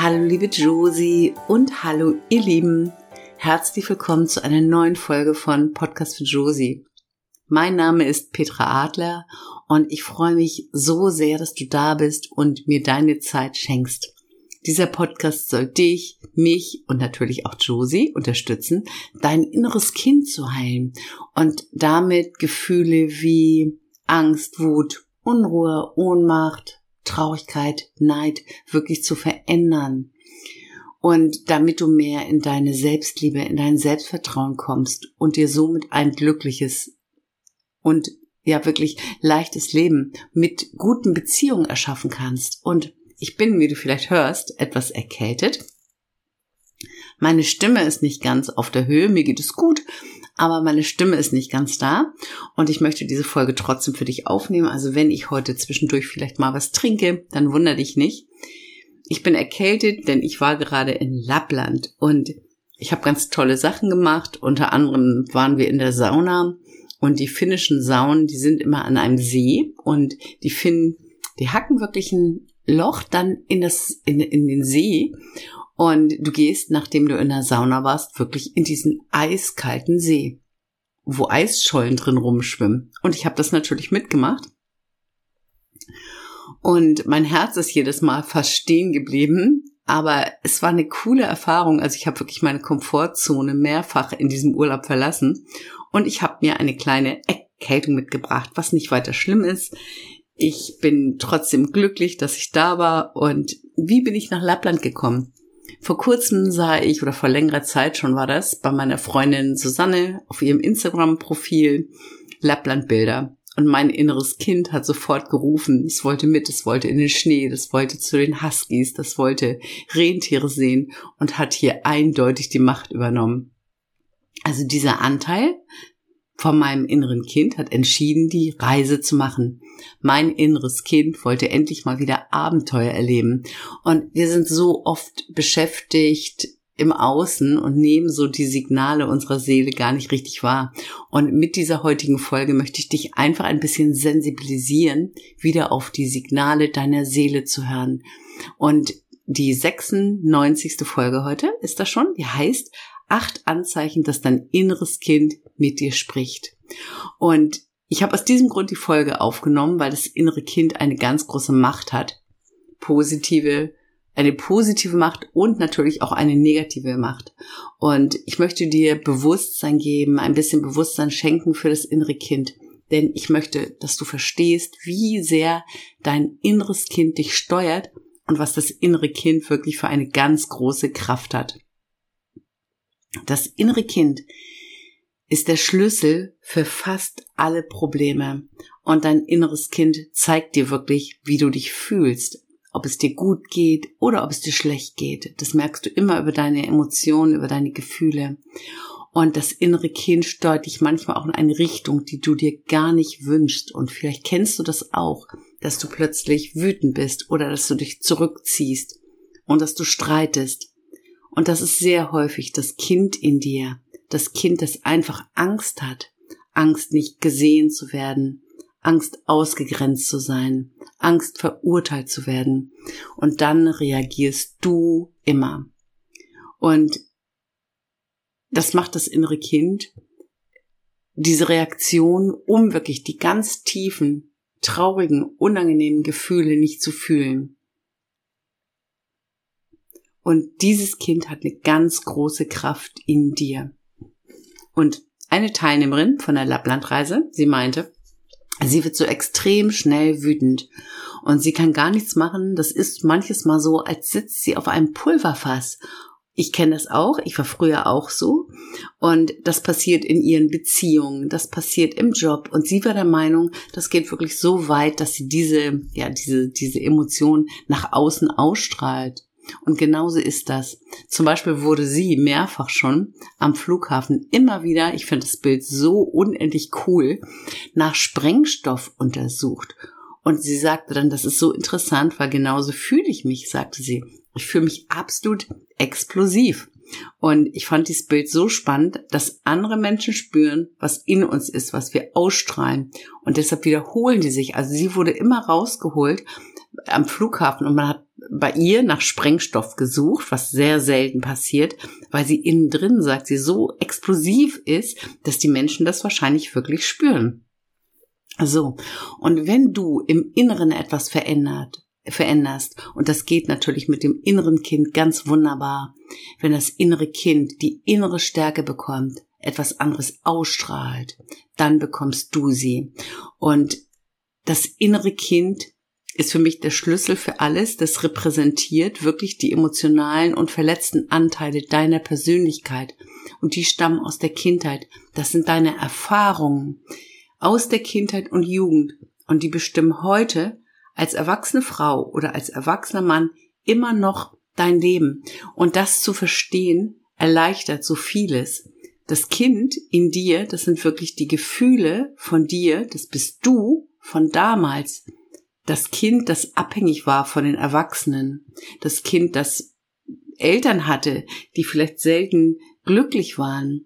Hallo liebe Josie und hallo ihr Lieben. Herzlich willkommen zu einer neuen Folge von Podcast für Josie. Mein Name ist Petra Adler und ich freue mich so sehr, dass du da bist und mir deine Zeit schenkst. Dieser Podcast soll dich, mich und natürlich auch Josie unterstützen, dein inneres Kind zu heilen und damit Gefühle wie Angst, Wut, Unruhe, Ohnmacht, Traurigkeit, Neid wirklich zu verändern. Und damit du mehr in deine Selbstliebe, in dein Selbstvertrauen kommst und dir somit ein glückliches und ja wirklich leichtes Leben mit guten Beziehungen erschaffen kannst. Und ich bin, wie du vielleicht hörst, etwas erkältet. Meine Stimme ist nicht ganz auf der Höhe, mir geht es gut, aber meine Stimme ist nicht ganz da und ich möchte diese Folge trotzdem für dich aufnehmen. Also wenn ich heute zwischendurch vielleicht mal was trinke, dann wundere dich nicht. Ich bin erkältet, denn ich war gerade in Lappland und ich habe ganz tolle Sachen gemacht. Unter anderem waren wir in der Sauna und die finnischen Saunen, die sind immer an einem See und die Finnen, die hacken wirklich ein Loch dann in den See. Und du gehst, nachdem du in der Sauna warst, wirklich in diesen eiskalten See, wo Eisschollen drin rumschwimmen. Und ich habe das natürlich mitgemacht. Und mein Herz ist jedes Mal fast stehen geblieben. Aber es war eine coole Erfahrung. Also ich habe wirklich meine Komfortzone mehrfach in diesem Urlaub verlassen. Und ich habe mir eine kleine Erkältung mitgebracht, was nicht weiter schlimm ist. Ich bin trotzdem glücklich, dass ich da war. Und wie bin ich nach Lappland gekommen? Vor kurzem sah ich, oder vor längerer Zeit schon war das, bei meiner Freundin Susanne auf ihrem Instagram-Profil Lappland-Bilder. Und mein inneres Kind hat sofort gerufen, es wollte mit, es wollte in den Schnee, das wollte zu den Huskies, das wollte Rentiere sehen und hat hier eindeutig die Macht übernommen. Also dieser Anteil von meinem inneren Kind hat entschieden, die Reise zu machen. Mein inneres Kind wollte endlich mal wieder Abenteuer erleben. Und wir sind so oft beschäftigt im Außen und nehmen so die Signale unserer Seele gar nicht richtig wahr. Und mit dieser heutigen Folge möchte ich dich einfach ein bisschen sensibilisieren, wieder auf die Signale deiner Seele zu hören. Und die 96. Folge heute ist das schon, die heißt 8 Anzeichen, dass dein inneres Kind mit dir spricht. Und ich habe aus diesem Grund die Folge aufgenommen, weil das innere Kind eine ganz große Macht hat. Eine positive Macht und natürlich auch eine negative Macht. Und ich möchte dir Bewusstsein geben, ein bisschen Bewusstsein schenken für das innere Kind. Denn ich möchte, dass du verstehst, wie sehr dein inneres Kind dich steuert und was das innere Kind wirklich für eine ganz große Kraft hat. Das innere Kind ist der Schlüssel für fast alle Probleme und dein inneres Kind zeigt dir wirklich, wie du dich fühlst, ob es dir gut geht oder ob es dir schlecht geht. Das merkst du immer über deine Emotionen, über deine Gefühle. Und das innere Kind steuert dich manchmal auch in eine Richtung, die du dir gar nicht wünschst. Und vielleicht kennst du das auch, dass du plötzlich wütend bist oder dass du dich zurückziehst und dass du streitest. Und das ist sehr häufig das Kind in dir, das Kind, das einfach Angst hat, Angst nicht gesehen zu werden, Angst ausgegrenzt zu sein, Angst verurteilt zu werden. Und dann reagierst du immer. Und das macht das innere Kind, diese Reaktion, um wirklich die ganz tiefen, traurigen, unangenehmen Gefühle nicht zu fühlen. Und dieses Kind hat eine ganz große Kraft in dir. Und eine Teilnehmerin von der Lapplandreise, sie meinte, sie wird so extrem schnell wütend und sie kann gar nichts machen. Das ist manches Mal so, als sitzt sie auf einem Pulverfass. Ich kenne das auch, ich war früher auch so und das passiert in ihren Beziehungen, das passiert im Job und sie war der Meinung, das geht wirklich so weit, dass sie diese Emotion nach außen ausstrahlt. Und genauso ist das. Zum Beispiel wurde sie mehrfach schon am Flughafen immer wieder, ich finde das Bild so unendlich cool, nach Sprengstoff untersucht. Und sie sagte dann, das ist so interessant, weil genauso fühle ich mich, sagte sie. Ich fühle mich absolut explosiv. Und ich fand dieses Bild so spannend, dass andere Menschen spüren, was in uns ist, was wir ausstrahlen. Und deshalb wiederholen die sich. Also sie wurde immer rausgeholt am Flughafen und man hat bei ihr nach Sprengstoff gesucht, was sehr selten passiert, weil sie innen drin, sagt sie, so explosiv ist, dass die Menschen das wahrscheinlich wirklich spüren. So, und wenn du im Inneren etwas veränderst, und das geht natürlich mit dem inneren Kind ganz wunderbar, wenn das innere Kind die innere Stärke bekommt, etwas anderes ausstrahlt, dann bekommst du sie. Und das innere Kind ist für mich der Schlüssel für alles. Das repräsentiert wirklich die emotionalen und verletzten Anteile deiner Persönlichkeit. Und die stammen aus der Kindheit. Das sind deine Erfahrungen aus der Kindheit und Jugend. Und die bestimmen heute als erwachsene Frau oder als erwachsener Mann immer noch dein Leben. Und das zu verstehen, erleichtert so vieles. Das Kind in dir, das sind wirklich die Gefühle von dir, das bist du von damals. Das Kind, das abhängig war von den Erwachsenen. Das Kind, das Eltern hatte, die vielleicht selten glücklich waren.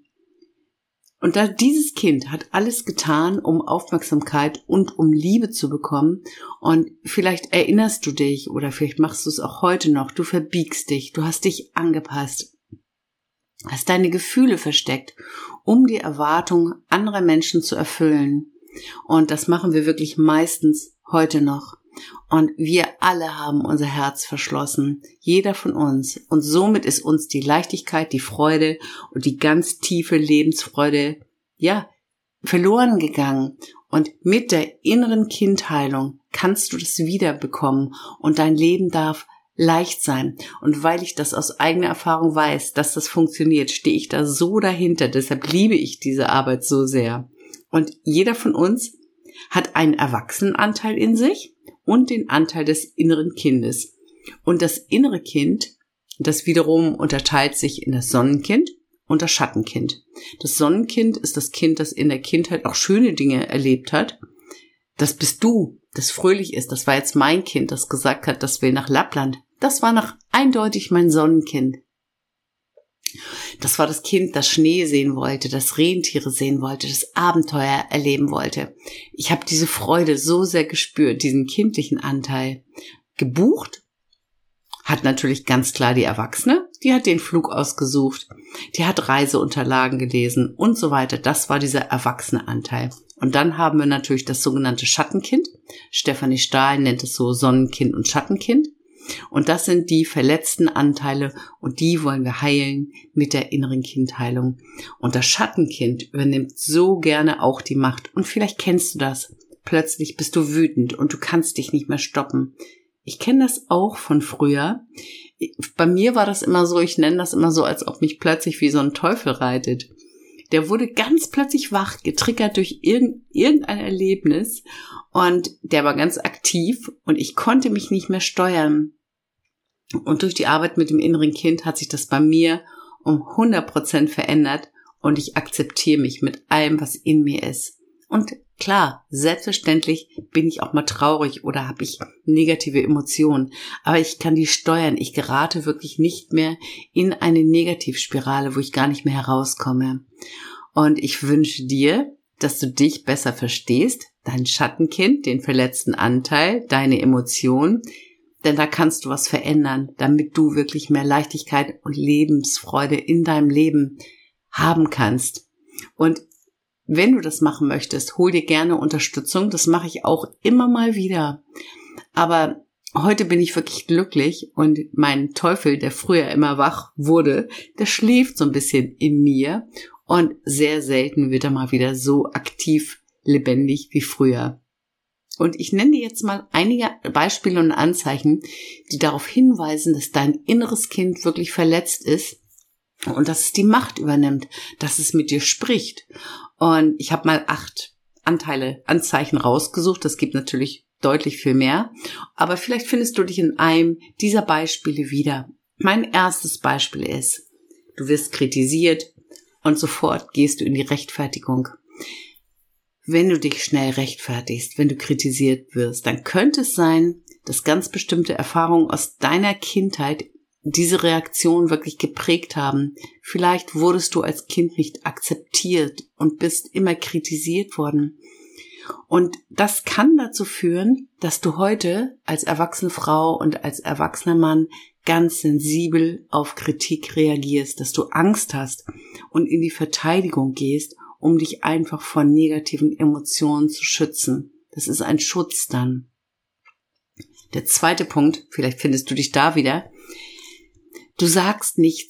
Und dieses Kind hat alles getan, um Aufmerksamkeit und um Liebe zu bekommen. Und vielleicht erinnerst du dich oder vielleicht machst du es auch heute noch. Du verbiegst dich, du hast dich angepasst, hast deine Gefühle versteckt, um die Erwartungen anderer Menschen zu erfüllen. Und das machen wir wirklich meistens heute noch. Und wir alle haben unser Herz verschlossen, jeder von uns. Und somit ist uns die Leichtigkeit, die Freude und die ganz tiefe Lebensfreude, verloren gegangen. Und mit der inneren Kindheilung kannst du das wiederbekommen und dein Leben darf leicht sein. Und weil ich das aus eigener Erfahrung weiß, dass das funktioniert, stehe ich da so dahinter. Deshalb liebe ich diese Arbeit so sehr. Und jeder von uns hat einen Erwachsenenanteil in sich und den Anteil des inneren Kindes. Und das innere Kind, das wiederum unterteilt sich in das Sonnenkind und das Schattenkind. Das Sonnenkind ist das Kind, das in der Kindheit auch schöne Dinge erlebt hat. Das bist du, das fröhlich ist. Das war jetzt mein Kind, das gesagt hat, das will nach Lappland. Das war eindeutig mein Sonnenkind. Das war das Kind, das Schnee sehen wollte, das Rentiere sehen wollte, das Abenteuer erleben wollte. Ich habe diese Freude so sehr gespürt, diesen kindlichen Anteil. Gebucht hat natürlich ganz klar die Erwachsene, die hat den Flug ausgesucht, die hat Reiseunterlagen gelesen und so weiter. Das war dieser erwachsene Anteil. Und dann haben wir natürlich das sogenannte Schattenkind. Stefanie Stahl nennt es so Sonnenkind und Schattenkind. Und das sind die verletzten Anteile und die wollen wir heilen mit der inneren Kindheilung. Und das Schattenkind übernimmt so gerne auch die Macht. Und vielleicht kennst du das. Plötzlich bist du wütend und du kannst dich nicht mehr stoppen. Ich kenne das auch von früher. Bei mir war das immer so, ich nenne das immer so, als ob mich plötzlich wie so ein Teufel reitet. Der wurde ganz plötzlich wach, getriggert durch irgendein Erlebnis und der war ganz aktiv und ich konnte mich nicht mehr steuern. Und durch die Arbeit mit dem inneren Kind hat sich das bei mir um 100% verändert und ich akzeptiere mich mit allem, was in mir ist. Und klar, selbstverständlich bin ich auch mal traurig oder habe ich negative Emotionen, aber ich kann die steuern. Ich gerate wirklich nicht mehr in eine Negativspirale, wo ich gar nicht mehr herauskomme. Und ich wünsche dir, dass du dich besser verstehst, dein Schattenkind, den verletzten Anteil, deine Emotionen, denn da kannst du was verändern, damit du wirklich mehr Leichtigkeit und Lebensfreude in deinem Leben haben kannst. Und wenn du das machen möchtest, hol dir gerne Unterstützung. Das mache ich auch immer mal wieder. Aber heute bin ich wirklich glücklich und mein Teufel, der früher immer wach wurde, der schläft so ein bisschen in mir und sehr selten wird er mal wieder so aktiv lebendig wie früher. Und ich nenne dir jetzt mal einige Beispiele und Anzeichen, die darauf hinweisen, dass dein inneres Kind wirklich verletzt ist und dass es die Macht übernimmt, dass es mit dir spricht. Und ich habe mal 8 Anzeichen rausgesucht. Das gibt natürlich deutlich viel mehr. Aber vielleicht findest du dich in einem dieser Beispiele wieder. Mein erstes Beispiel ist, du wirst kritisiert und sofort gehst du in die Rechtfertigung. Wenn du dich schnell rechtfertigst, wenn du kritisiert wirst, dann könnte es sein, dass ganz bestimmte Erfahrungen aus deiner Kindheit diese Reaktion wirklich geprägt haben. Vielleicht wurdest du als Kind nicht akzeptiert und bist immer kritisiert worden. Und das kann dazu führen, dass du heute als erwachsene Frau und als erwachsener Mann ganz sensibel auf Kritik reagierst, dass du Angst hast und in die Verteidigung gehst, um dich einfach von negativen Emotionen zu schützen. Das ist ein Schutz dann. Der zweite Punkt, vielleicht findest du dich da wieder, du sagst nicht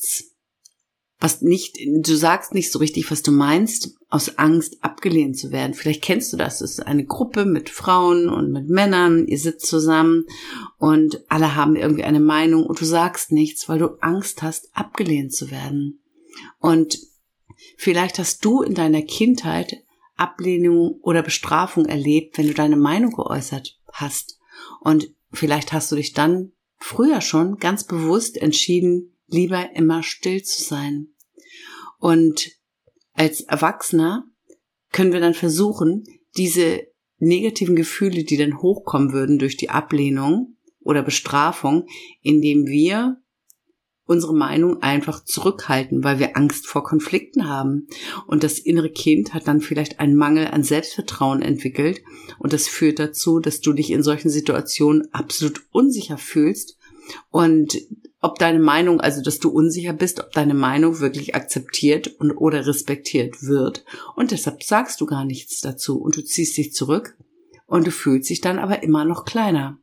so richtig, was du meinst, aus Angst abgelehnt zu werden. Vielleicht kennst du das. Es ist eine Gruppe mit Frauen und mit Männern. Ihr sitzt zusammen und alle haben irgendwie eine Meinung und du sagst nichts, weil du Angst hast, abgelehnt zu werden. Und vielleicht hast du in deiner Kindheit Ablehnung oder Bestrafung erlebt, wenn du deine Meinung geäußert hast. Und vielleicht hast du dich dann früher schon ganz bewusst entschieden, lieber immer still zu sein. Und als Erwachsener können wir dann versuchen, diese negativen Gefühle, die dann hochkommen würden durch die Ablehnung oder Bestrafung, indem wir unsere Meinung einfach zurückhalten, weil wir Angst vor Konflikten haben. Und das innere Kind hat dann vielleicht einen Mangel an Selbstvertrauen entwickelt. Und das führt dazu, dass du dich in solchen Situationen absolut unsicher fühlst. Und ob deine Meinung, also dass du unsicher bist, ob deine Meinung wirklich akzeptiert und oder respektiert wird. Und deshalb sagst du gar nichts dazu. Und du ziehst dich zurück und du fühlst dich dann aber immer noch kleiner.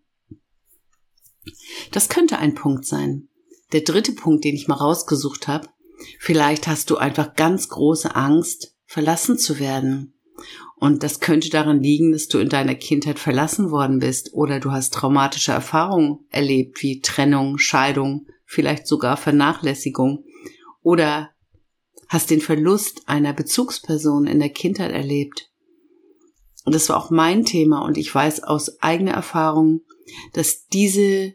Das könnte ein Punkt sein. Der dritte Punkt, den ich mal rausgesucht habe, vielleicht hast du einfach ganz große Angst, verlassen zu werden. Und das könnte daran liegen, dass du in deiner Kindheit verlassen worden bist oder du hast traumatische Erfahrungen erlebt, wie Trennung, Scheidung, vielleicht sogar Vernachlässigung oder hast den Verlust einer Bezugsperson in der Kindheit erlebt. Und das war auch mein Thema und ich weiß aus eigener Erfahrung, dass diese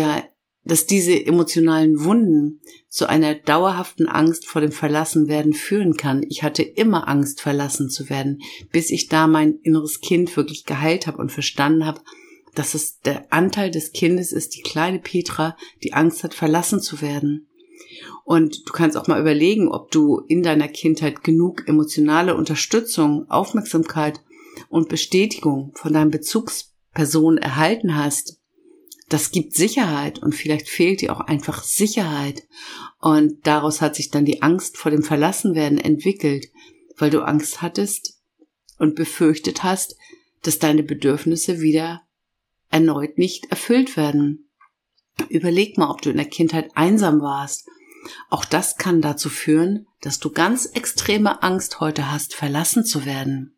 emotionalen Wunden zu einer dauerhaften Angst vor dem Verlassenwerden führen kann. Ich hatte immer Angst, verlassen zu werden, bis ich da mein inneres Kind wirklich geheilt habe und verstanden habe, dass es der Anteil des Kindes ist, die kleine Petra, die Angst hat, verlassen zu werden. Und du kannst auch mal überlegen, ob du in deiner Kindheit genug emotionale Unterstützung, Aufmerksamkeit und Bestätigung von deinen Bezugspersonen erhalten hast. Das gibt Sicherheit und vielleicht fehlt dir auch einfach Sicherheit. Und daraus hat sich dann die Angst vor dem Verlassenwerden entwickelt, weil du Angst hattest und befürchtet hast, dass deine Bedürfnisse wieder erneut nicht erfüllt werden. Überleg mal, ob du in der Kindheit einsam warst. Auch das kann dazu führen, dass du ganz extreme Angst heute hast, verlassen zu werden.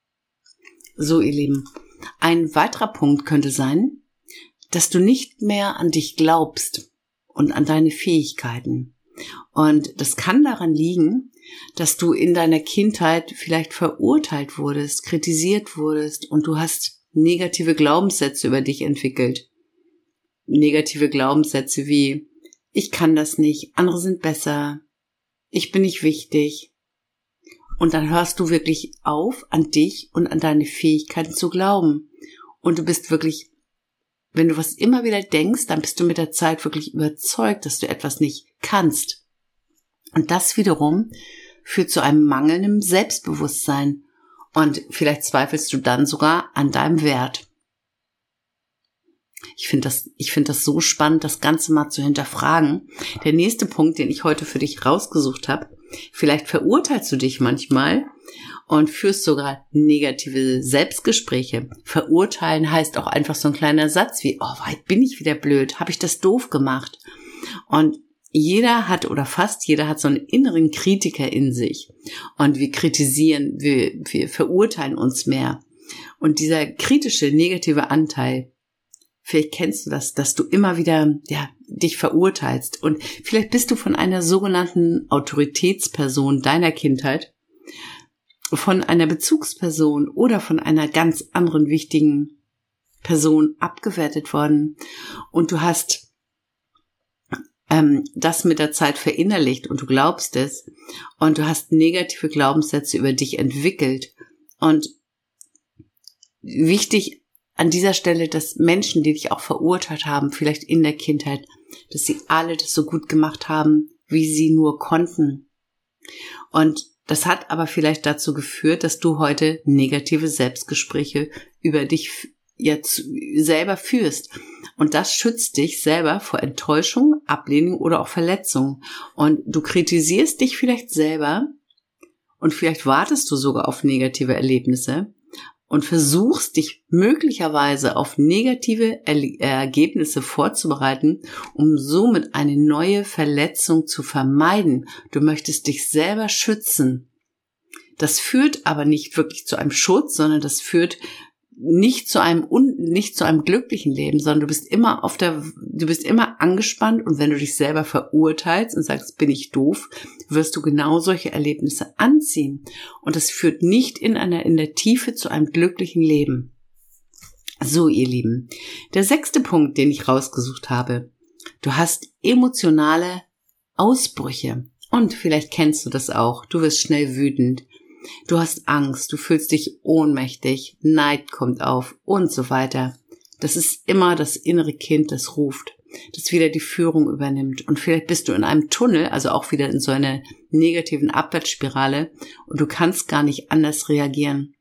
So, ihr Lieben, ein weiterer Punkt könnte sein, dass du nicht mehr an dich glaubst und an deine Fähigkeiten. Und das kann daran liegen, dass du in deiner Kindheit vielleicht verurteilt wurdest, kritisiert wurdest und du hast negative Glaubenssätze über dich entwickelt. Negative Glaubenssätze wie, ich kann das nicht, andere sind besser, ich bin nicht wichtig. Und dann hörst du wirklich auf, an dich und an deine Fähigkeiten zu glauben. Und du bist wirklich, wenn du was immer wieder denkst, dann bist du mit der Zeit wirklich überzeugt, dass du etwas nicht kannst. Und das wiederum führt zu einem mangelnden Selbstbewusstsein. Und vielleicht zweifelst du dann sogar an deinem Wert. Ich finde das so spannend, das Ganze mal zu hinterfragen. Der nächste Punkt, den ich heute für dich rausgesucht habe, vielleicht verurteilst du dich manchmal und führst sogar negative Selbstgespräche. Verurteilen heißt auch einfach so ein kleiner Satz wie, oh, weit bin ich wieder blöd, habe ich das doof gemacht? Und jeder hat oder fast jeder hat so einen inneren Kritiker in sich. Und wir kritisieren, wir verurteilen uns mehr. Und dieser kritische, negative Anteil, vielleicht kennst du das, dass du immer wieder dich verurteilst. Und vielleicht bist du von einer sogenannten Autoritätsperson deiner Kindheit, von einer Bezugsperson oder von einer ganz anderen wichtigen Person abgewertet worden. Und du hast das mit der Zeit verinnerlicht und du glaubst es. Und du hast negative Glaubenssätze über dich entwickelt. Und wichtig an dieser Stelle, dass Menschen, die dich auch verurteilt haben, vielleicht in der Kindheit, dass sie alle das so gut gemacht haben, wie sie nur konnten. Und Das hat aber vielleicht dazu geführt, dass du heute negative Selbstgespräche über dich jetzt selber führst. Und das schützt dich selber vor Enttäuschung, Ablehnung oder auch Verletzung. Und du kritisierst dich vielleicht selber und vielleicht wartest du sogar auf negative Erlebnisse und versuchst dich möglicherweise auf negative Ergebnisse vorzubereiten, um somit eine neue Verletzung zu vermeiden. Du möchtest dich selber schützen. Das führt aber nicht wirklich zu einem Schutz, sondern das führt nicht zu einem glücklichen Leben, sondern du bist immer angespannt, und wenn du dich selber verurteilst und sagst, bin ich doof, wirst du genau solche Erlebnisse anziehen. Und das führt nicht in der Tiefe zu einem glücklichen Leben. So, ihr Lieben, der 6. Punkt, den ich rausgesucht habe. Du hast emotionale Ausbrüche. Und vielleicht kennst du das auch. Du wirst schnell wütend. Du hast Angst, du fühlst dich ohnmächtig, Neid kommt auf und so weiter. Das ist immer das innere Kind, das ruft, das wieder die Führung übernimmt. Und vielleicht bist du in einem Tunnel, also auch wieder in so einer negativen Abwärtsspirale, und du kannst gar nicht anders reagieren.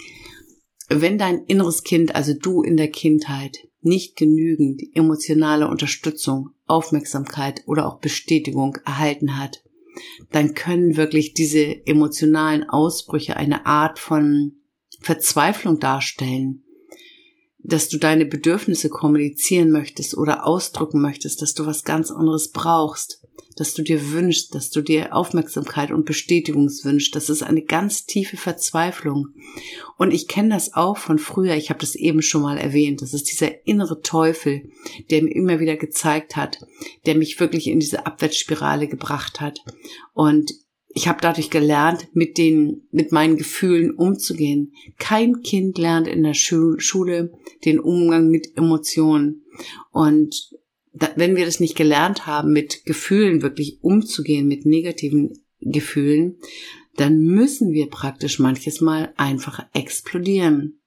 Wenn dein inneres Kind, also du in der Kindheit, nicht genügend emotionale Unterstützung, Aufmerksamkeit oder auch Bestätigung erhalten hat, dann können wirklich diese emotionalen Ausbrüche eine Art von Verzweiflung darstellen, dass du deine Bedürfnisse kommunizieren möchtest oder ausdrücken möchtest, dass du was ganz anderes brauchst, dass du dir wünschst, dass du dir Aufmerksamkeit und Bestätigung wünschst. Das ist eine ganz tiefe Verzweiflung. Und ich kenne das auch von früher, ich habe das eben schon mal erwähnt, das ist dieser innere Teufel, der mir immer wieder gezeigt hat, der mich wirklich in diese Abwärtsspirale gebracht hat. Und ich habe dadurch gelernt, mit meinen Gefühlen umzugehen. Kein Kind lernt in der Schule den Umgang mit Emotionen. Und wenn wir das nicht gelernt haben, mit Gefühlen wirklich umzugehen, mit negativen Gefühlen, dann müssen wir praktisch manches Mal einfach explodieren.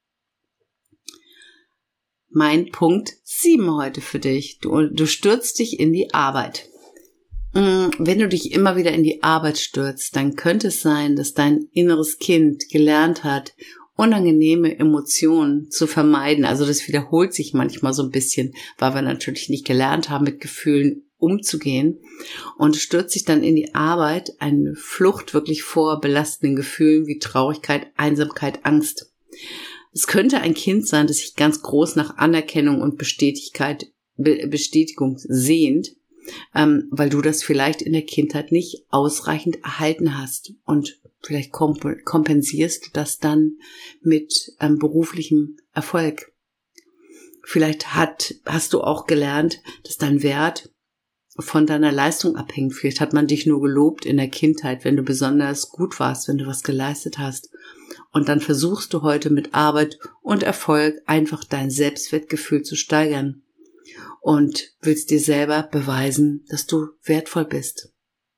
Mein Punkt 7 heute für dich. Du stürzt dich in die Arbeit. Wenn du dich immer wieder in die Arbeit stürzt, dann könnte es sein, dass dein inneres Kind gelernt hat, unangenehme Emotionen zu vermeiden. Also das wiederholt sich manchmal so ein bisschen, weil wir natürlich nicht gelernt haben, mit Gefühlen umzugehen, und stürzt sich dann in die Arbeit, eine Flucht wirklich vor belastenden Gefühlen wie Traurigkeit, Einsamkeit, Angst. Es könnte ein Kind sein, das sich ganz groß nach Anerkennung und Bestätigung sehnt, weil du das vielleicht in der Kindheit nicht ausreichend erhalten hast, und vielleicht kompensierst du das dann mit beruflichem Erfolg. Vielleicht hast du auch gelernt, dass dein Wert von deiner Leistung abhängt. Vielleicht hat man dich nur gelobt in der Kindheit, wenn du besonders gut warst, wenn du was geleistet hast. Und dann versuchst du heute mit Arbeit und Erfolg einfach dein Selbstwertgefühl zu steigern und willst dir selber beweisen, dass du wertvoll bist.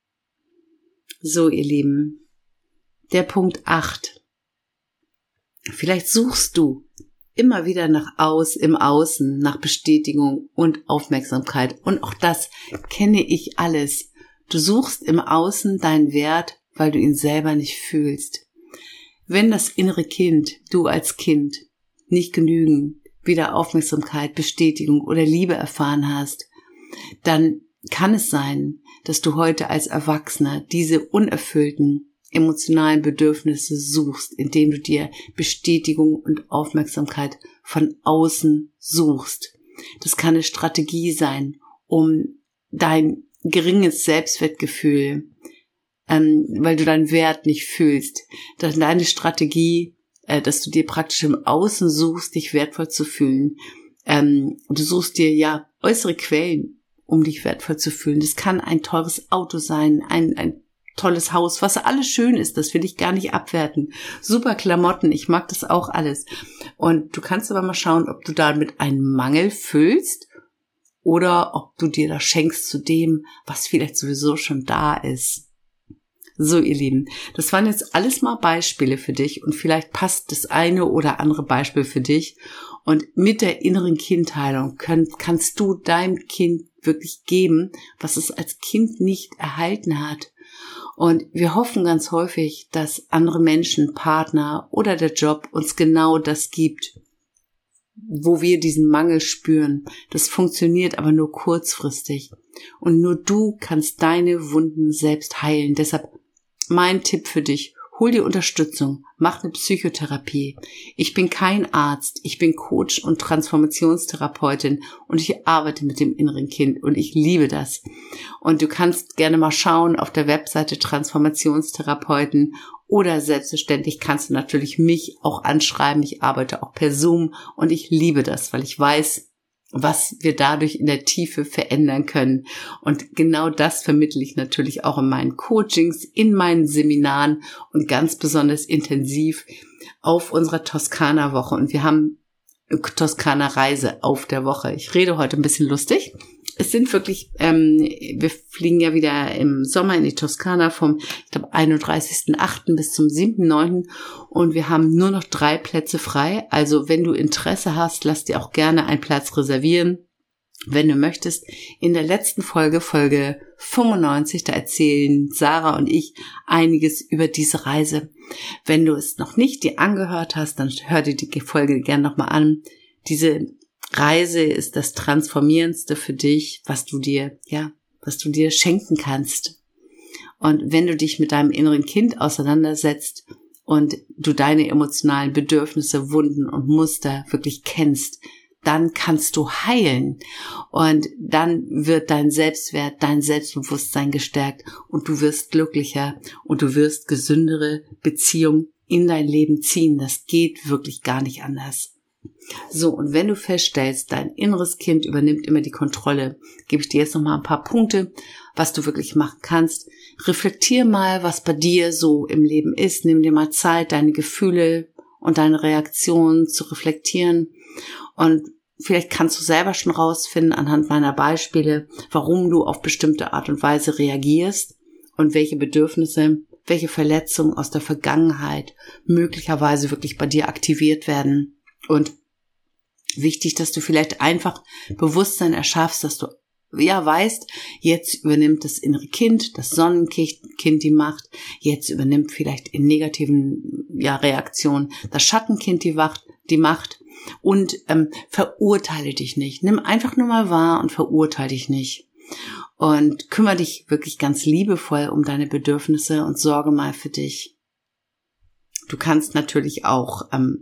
So, ihr Lieben, der Punkt 8. Vielleicht suchst du immer wieder im Außen nach Bestätigung und Aufmerksamkeit. Und auch das kenne ich alles. Du suchst im Außen deinen Wert, weil du ihn selber nicht fühlst. Wenn das innere Kind, du als Kind, nicht genügend wieder Aufmerksamkeit, Bestätigung oder Liebe erfahren hast, dann kann es sein, dass du heute als Erwachsener diese unerfüllten emotionalen Bedürfnisse suchst, indem du dir Bestätigung und Aufmerksamkeit von außen suchst. Das kann eine Strategie sein, um dein geringes Selbstwertgefühl, weil du deinen Wert nicht fühlst, dass deine Strategie, dass du dir praktisch im Außen suchst, dich wertvoll zu fühlen. Du suchst dir äußere Quellen, um dich wertvoll zu fühlen. Das kann ein teures Auto sein, ein tolles Haus, was alles schön ist, das will ich gar nicht abwerten. Super Klamotten, ich mag das auch alles. Und du kannst aber mal schauen, ob du damit einen Mangel füllst oder ob du dir das schenkst zu dem, was vielleicht sowieso schon da ist. So, ihr Lieben, das waren jetzt alles mal Beispiele für dich und vielleicht passt das eine oder andere Beispiel für dich. Und mit der inneren Kindheilung kannst du deinem Kind wirklich geben, was es als Kind nicht erhalten hat. Und wir hoffen ganz häufig, dass andere Menschen, Partner oder der Job uns genau das gibt, wo wir diesen Mangel spüren. Das funktioniert aber nur kurzfristig. Und nur du kannst deine Wunden selbst heilen. Deshalb mein Tipp für dich: Hol dir Unterstützung, mach eine Psychotherapie. Ich bin kein Arzt, ich bin Coach und Transformationstherapeutin und ich arbeite mit dem inneren Kind und ich liebe das. Und du kannst gerne mal schauen auf der Webseite Transformationstherapeuten oder selbstverständlich kannst du natürlich mich auch anschreiben. Ich arbeite auch per Zoom und ich liebe das, weil ich weiß, was wir dadurch in der Tiefe verändern können. Und genau das vermittle ich natürlich auch in meinen Coachings, in meinen Seminaren und ganz besonders intensiv auf unserer Toskana-Woche. Und wir haben Toskana-Reise auf der Woche. Ich rede heute ein bisschen lustig. Es sind wirklich, wir fliegen ja wieder im Sommer in die Toskana vom, ich glaube, 31.08. bis zum 7.09. Und wir haben nur noch 3 Plätze frei. Also wenn du Interesse hast, lass dir auch gerne einen Platz reservieren, wenn du möchtest. In der letzten Folge, Folge 95, da erzählen Sarah und ich einiges über diese Reise. Wenn du es noch nicht dir angehört hast, dann hör dir die Folge gerne nochmal an. Diese Reise ist das Transformierendste für dich, was du dir schenken kannst. Und wenn du dich mit deinem inneren Kind auseinandersetzt und du deine emotionalen Bedürfnisse, Wunden und Muster wirklich kennst, dann kannst du heilen. Und dann wird dein Selbstwert, dein Selbstbewusstsein gestärkt und du wirst glücklicher und du wirst gesündere Beziehungen in dein Leben ziehen. Das geht wirklich gar nicht anders. So, und wenn du feststellst, dein inneres Kind übernimmt immer die Kontrolle, gebe ich dir jetzt nochmal ein paar Punkte, was du wirklich machen kannst. Reflektier mal, was bei dir so im Leben ist. Nimm dir mal Zeit, deine Gefühle und deine Reaktionen zu reflektieren. Und vielleicht kannst du selber schon rausfinden anhand meiner Beispiele, warum du auf bestimmte Art und Weise reagierst und welche Bedürfnisse, welche Verletzungen aus der Vergangenheit möglicherweise wirklich bei dir aktiviert werden. Und wichtig, dass du vielleicht einfach Bewusstsein erschaffst, dass du weißt, jetzt übernimmt das innere Kind, das Sonnenkind die Macht, jetzt übernimmt vielleicht in negativen Reaktionen das Schattenkind die Macht und verurteile dich nicht. Nimm einfach nur mal wahr und verurteile dich nicht. Und kümmere dich wirklich ganz liebevoll um deine Bedürfnisse und sorge mal für dich. Du kannst natürlich auch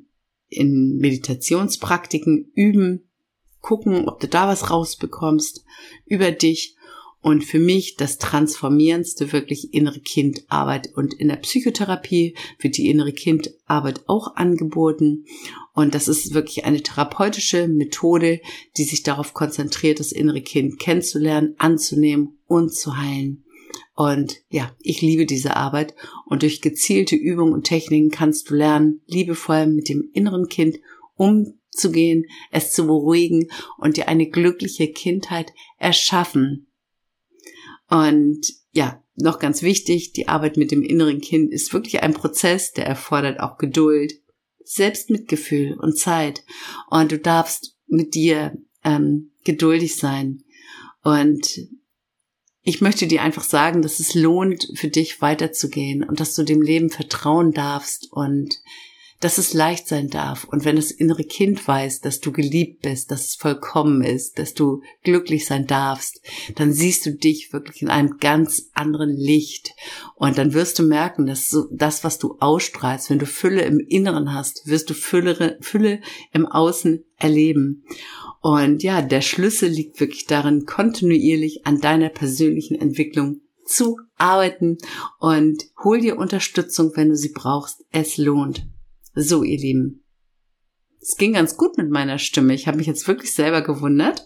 in Meditationspraktiken üben, gucken, ob du da was rausbekommst über dich. Und für mich das Transformierendste wirklich innere Kindarbeit. Und in der Psychotherapie wird die innere Kindarbeit auch angeboten. Und das ist wirklich eine therapeutische Methode, die sich darauf konzentriert, das innere Kind kennenzulernen, anzunehmen und zu heilen. Und ja, ich liebe diese Arbeit und durch gezielte Übungen und Techniken kannst du lernen, liebevoll mit dem inneren Kind umzugehen, es zu beruhigen und dir eine glückliche Kindheit erschaffen. Und ja, noch ganz wichtig, die Arbeit mit dem inneren Kind ist wirklich ein Prozess, der erfordert auch Geduld, Selbstmitgefühl und Zeit. Und du darfst mit dir geduldig sein. Und ich möchte dir einfach sagen, dass es lohnt, für dich weiterzugehen und dass du dem Leben vertrauen darfst und dass es leicht sein darf. Und wenn das innere Kind weiß, dass du geliebt bist, dass es vollkommen ist, dass du glücklich sein darfst, dann siehst du dich wirklich in einem ganz anderen Licht. Und dann wirst du merken, dass so das, was du ausstrahlst, wenn du Fülle im Inneren hast, wirst du Fülle im Außen erleben. Und ja, der Schlüssel liegt wirklich darin, kontinuierlich an deiner persönlichen Entwicklung zu arbeiten und hol dir Unterstützung, wenn du sie brauchst. Es lohnt. So, ihr Lieben. Es ging ganz gut mit meiner Stimme. Ich habe mich jetzt wirklich selber gewundert.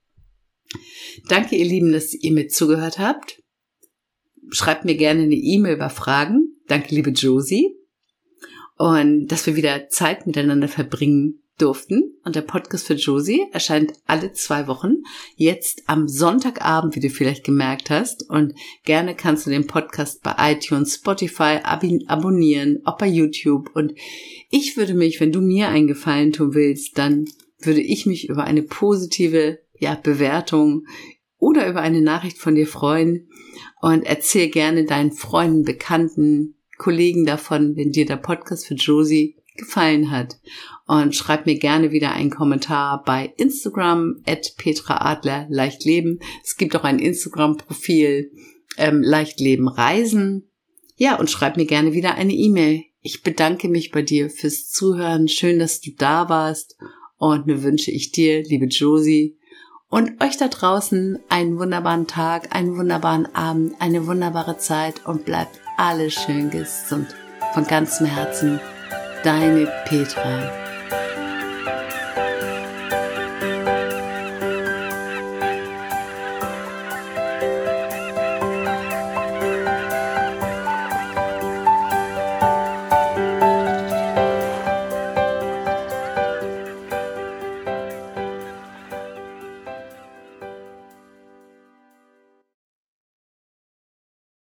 Danke, ihr Lieben, dass ihr mir zugehört habt. Schreibt mir gerne eine E-Mail bei Fragen. Danke, liebe Josie. Und dass wir wieder Zeit miteinander verbringen durften. Und der Podcast für Josie erscheint alle 2 Wochen. Jetzt am Sonntagabend, wie du vielleicht gemerkt hast. Und gerne kannst du den Podcast bei iTunes, Spotify abonnieren, auch bei YouTube. Und ich würde mich, wenn du mir einen Gefallen tun willst, dann würde ich mich über eine positive Bewertung oder über eine Nachricht von dir freuen. Und erzähl gerne deinen Freunden, Bekannten, Kollegen davon, wenn dir der Podcast für Josie gefallen hat. Und schreib mir gerne wieder einen Kommentar bei Instagram @petraadler leichtleben. Es gibt auch ein Instagram-Profil Leichtleben Reisen. Ja, und schreib mir gerne wieder eine E-Mail. Ich bedanke mich bei dir fürs Zuhören. Schön, dass du da warst. Und nun wünsche ich dir, liebe Josie, und euch da draußen einen wunderbaren Tag, einen wunderbaren Abend, eine wunderbare Zeit und bleibt alle schön gesund. Von ganzem Herzen, deine Petra.